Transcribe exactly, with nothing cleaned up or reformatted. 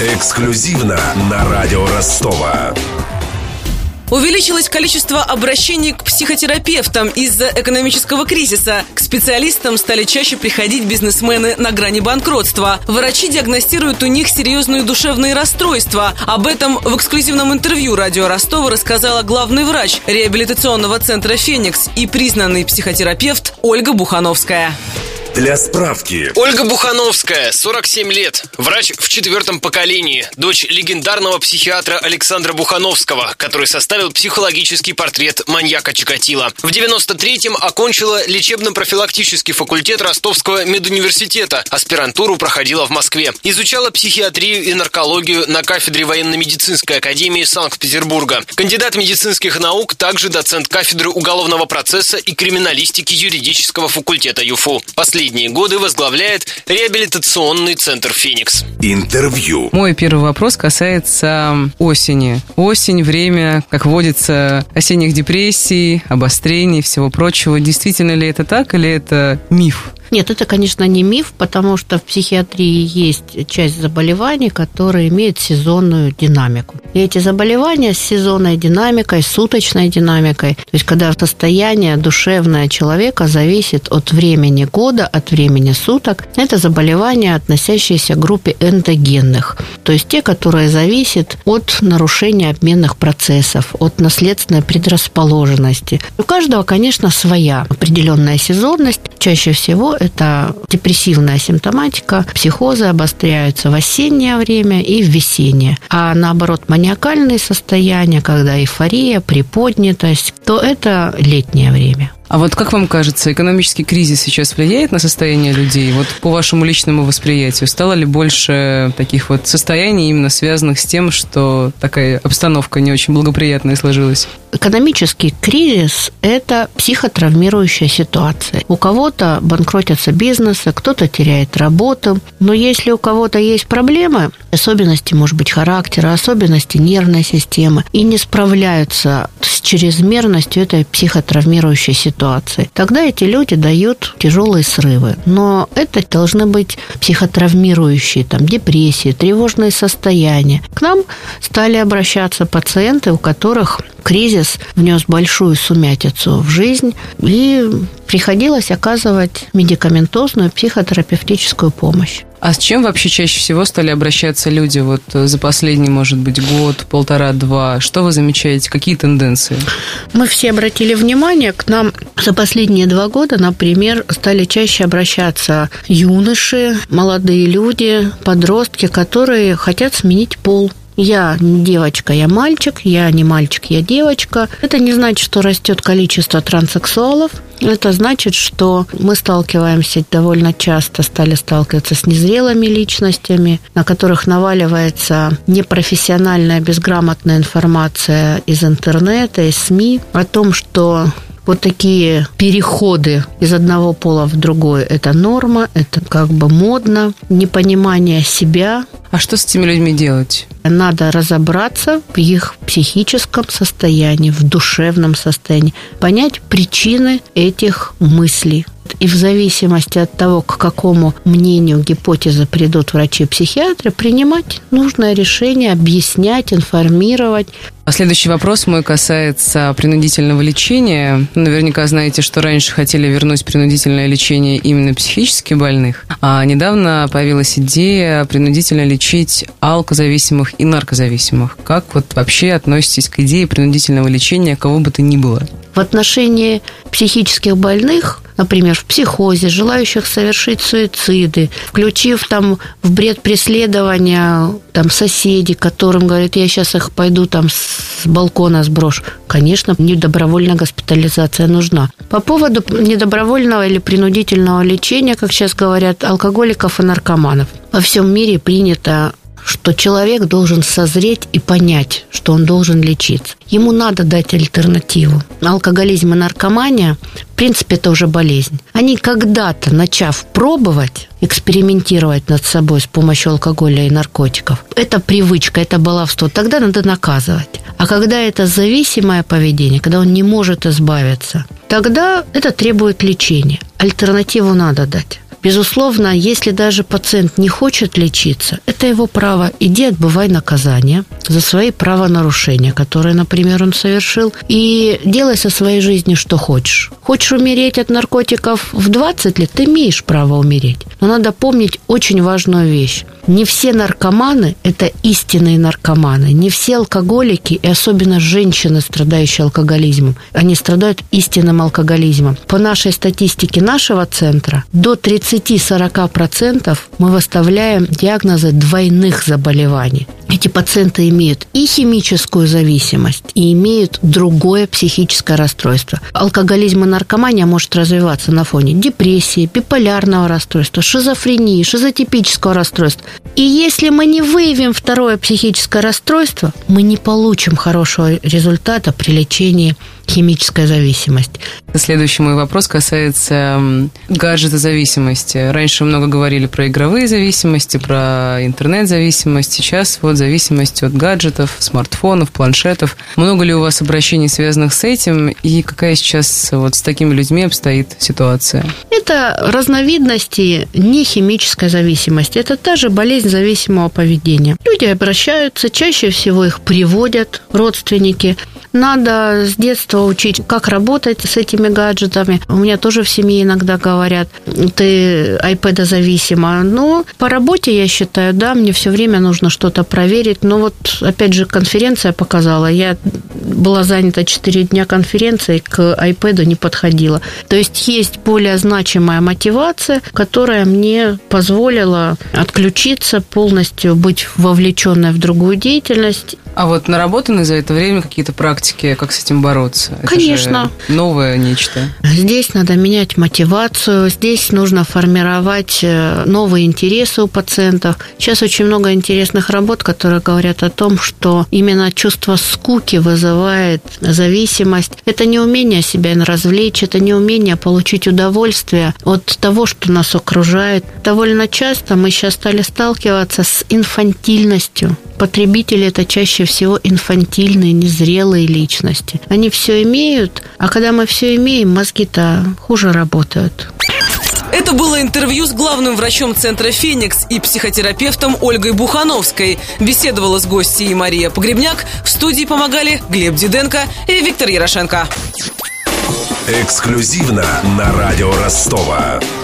Эксклюзивно на радио Ростова. Увеличилось количество обращений к психотерапевтам из-за экономического кризиса. К специалистам стали чаще приходить бизнесмены на грани банкротства. Врачи диагностируют у них серьезные душевные расстройства. Об этом в эксклюзивном интервью радио Ростова рассказала главный врач реабилитационного центра «Феникс» и признанный психотерапевт Ольга Бухановская. Для справки. Ольга Бухановская, сорок семь лет, врач в четвертом поколении, дочь легендарного психиатра Александра Бухановского, который составил психологический портрет маньяка Чикатило. В девяносто третьем окончила лечебно-профилактический факультет Ростовского медуниверситета, аспирантуру проходила в Москве. Изучала психиатрию и наркологию на кафедре военно-медицинской академии Санкт-Петербурга. Кандидат медицинских наук, также доцент кафедры уголовного процесса и криминалистики юридического факультета ЮФУ. Последние годы возглавляет реабилитационный центр «Феникс». Интервью. Мой первый вопрос касается осени. Осень, время, как водится, осенних депрессий, обострений, всего прочего. Действительно ли это так или это миф? Нет, это, конечно, не миф, потому что в психиатрии есть часть заболеваний, которые имеют сезонную динамику. И эти заболевания с сезонной динамикой, суточной динамикой, то есть когда состояние душевное человека зависит от времени года, от времени суток, это заболевания, относящиеся к группе эндогенных, то есть те, которые зависят от нарушения обменных процессов, от наследственной предрасположенности. У каждого, конечно, своя определенная сезонность. Чаще всего это депрессивная симптоматика, психозы обостряются в осеннее время и в весеннее. А наоборот, маниакальные состояния, когда эйфория, приподнятость, то это летнее время. А вот как вам кажется, экономический кризис сейчас влияет на состояние людей? Вот по вашему личному восприятию, стало ли больше таких вот состояний, именно связанных с тем, что такая обстановка не очень благоприятная сложилась? Экономический кризис – это психотравмирующая ситуация. У кого-то банкротятся бизнесы, кто-то теряет работу. Но если у кого-то есть проблемы, особенности, может быть, характера, особенности нервной системы, и не справляются с чрезмерностью этой психотравмирующей ситуации, тогда эти люди дают тяжелые срывы. Но это должны быть психотравмирующие, там, депрессии, тревожные состояния. К нам стали обращаться пациенты, у которых кризис внес большую сумятицу в жизнь, и приходилось оказывать медикаментозную психотерапевтическую помощь. А с чем вообще чаще всего стали обращаться люди вот за последний, может быть, год, полтора-два? Что вы замечаете? Какие тенденции? Мы все обратили внимание, к нам за последние два года, например, стали чаще обращаться юноши, молодые люди, подростки, которые хотят сменить пол. Я не девочка, я мальчик, я не мальчик, я девочка. Это не значит, что растет количество транссексуалов. Это значит, что мы сталкиваемся довольно часто, стали сталкиваться с незрелыми личностями, на которых наваливается непрофессиональная, безграмотная информация из интернета, из СМИ о том, что вот такие переходы из одного пола в другой – это норма, это как бы модно, непонимание себя. А что с этими людьми делать? Надо разобраться в их психическом состоянии, в душевном состоянии, понять причины этих мыслей. И в зависимости от того, к какому мнению, гипотезы придут врачи-психиатры, принимать нужное решение, объяснять, информировать. А следующий вопрос мой касается принудительного лечения. Наверняка знаете, что раньше хотели вернуть принудительное лечение именно психически больных, а недавно появилась идея принудительно лечить алкозависимых и наркозависимых. Как вот вообще относитесь к идее принудительного лечения кого бы то ни было? В отношении психических больных, например, в психозе, желающих совершить суициды, включив там в бред преследования там, соседей, которым говорят, я сейчас их пойду там с балкона сброшу. Конечно, недобровольная госпитализация нужна. По поводу недобровольного или принудительного лечения, как сейчас говорят, алкоголиков и наркоманов. Во всем мире принято, что человек должен созреть и понять, что он должен лечиться. Ему надо дать альтернативу. Алкоголизм и наркомания, в принципе, это уже болезнь. Они когда-то, начав пробовать, экспериментировать над собой с помощью алкоголя и наркотиков, это привычка, это баловство, тогда надо наказывать. А когда это зависимое поведение, когда он не может избавиться, тогда это требует лечения. Альтернативу надо дать. Безусловно, если даже пациент не хочет лечиться, это его право. Иди отбывай наказание за свои правонарушения, которые, например, он совершил, и делай со своей жизнью что хочешь. Хочешь умереть от наркотиков в двадцать лет, ты имеешь право умереть. Но надо помнить очень важную вещь. Не все наркоманы – это истинные наркоманы. Не все алкоголики, и особенно женщины, страдающие алкоголизмом, они страдают истинным алкоголизмом. По нашей статистике нашего центра, до тридцать-сорок процентов мы выставляем диагнозы двойных заболеваний. Эти пациенты имеют и химическую зависимость, и имеют другое психическое расстройство. Алкоголизм и наркомания может развиваться на фоне депрессии, биполярного расстройства, шизофрении, шизотипического расстройства. И если мы не выявим второе психическое расстройство, мы не получим хорошего результата при лечении химической зависимости. Следующий мой вопрос касается гаджетозависимости. Раньше много говорили про игровые зависимости, про интернет-зависимость. Сейчас вот зависимость от гаджетов, смартфонов, планшетов. Много ли у вас обращений, связанных с этим? И какая сейчас вот с такими людьми обстоит ситуация? Это разновидности нехимической зависимости. Это та же болезнь зависимого поведения. Люди обращаются, чаще всего их приводят родственники. Надо с детства учить, как работать с этими гаджетами. У меня тоже в семье иногда говорят, ты айпэдозависима. Но по работе, я считаю, да, мне все время нужно что-то проверить. Но вот, опять же, конференция показала. Я была занята четыре дня конференцией, к айпэду не подходила. То есть есть более значимая мотивация, которая мне позволила отключиться, полностью быть вовлеченной в другую деятельность. А вот наработаны за это время какие-то практики, как с этим бороться? Это Конечно. же новое нечто. Здесь надо менять мотивацию, здесь нужно формировать новые интересы у пациентов. Сейчас очень много интересных работ, которые говорят о том, что именно чувство скуки вызывает зависимость. Это не умение себя развлечь, это не умение получить удовольствие от того, что нас окружает. Довольно часто мы сейчас стали сталкиваться с инфантильностью. Потребители – это чаще всего инфантильные, незрелые личности. Они все имеют, а когда мы все имеем, мозги-то хуже работают. Это было интервью с главным врачом центра «Феникс» и психотерапевтом Ольгой Бухановской. Беседовала с гостьей Мария Погребняк. В студии помогали Глеб Диденко и Виктор Ярошенко. Эксклюзивно на радио Ростова.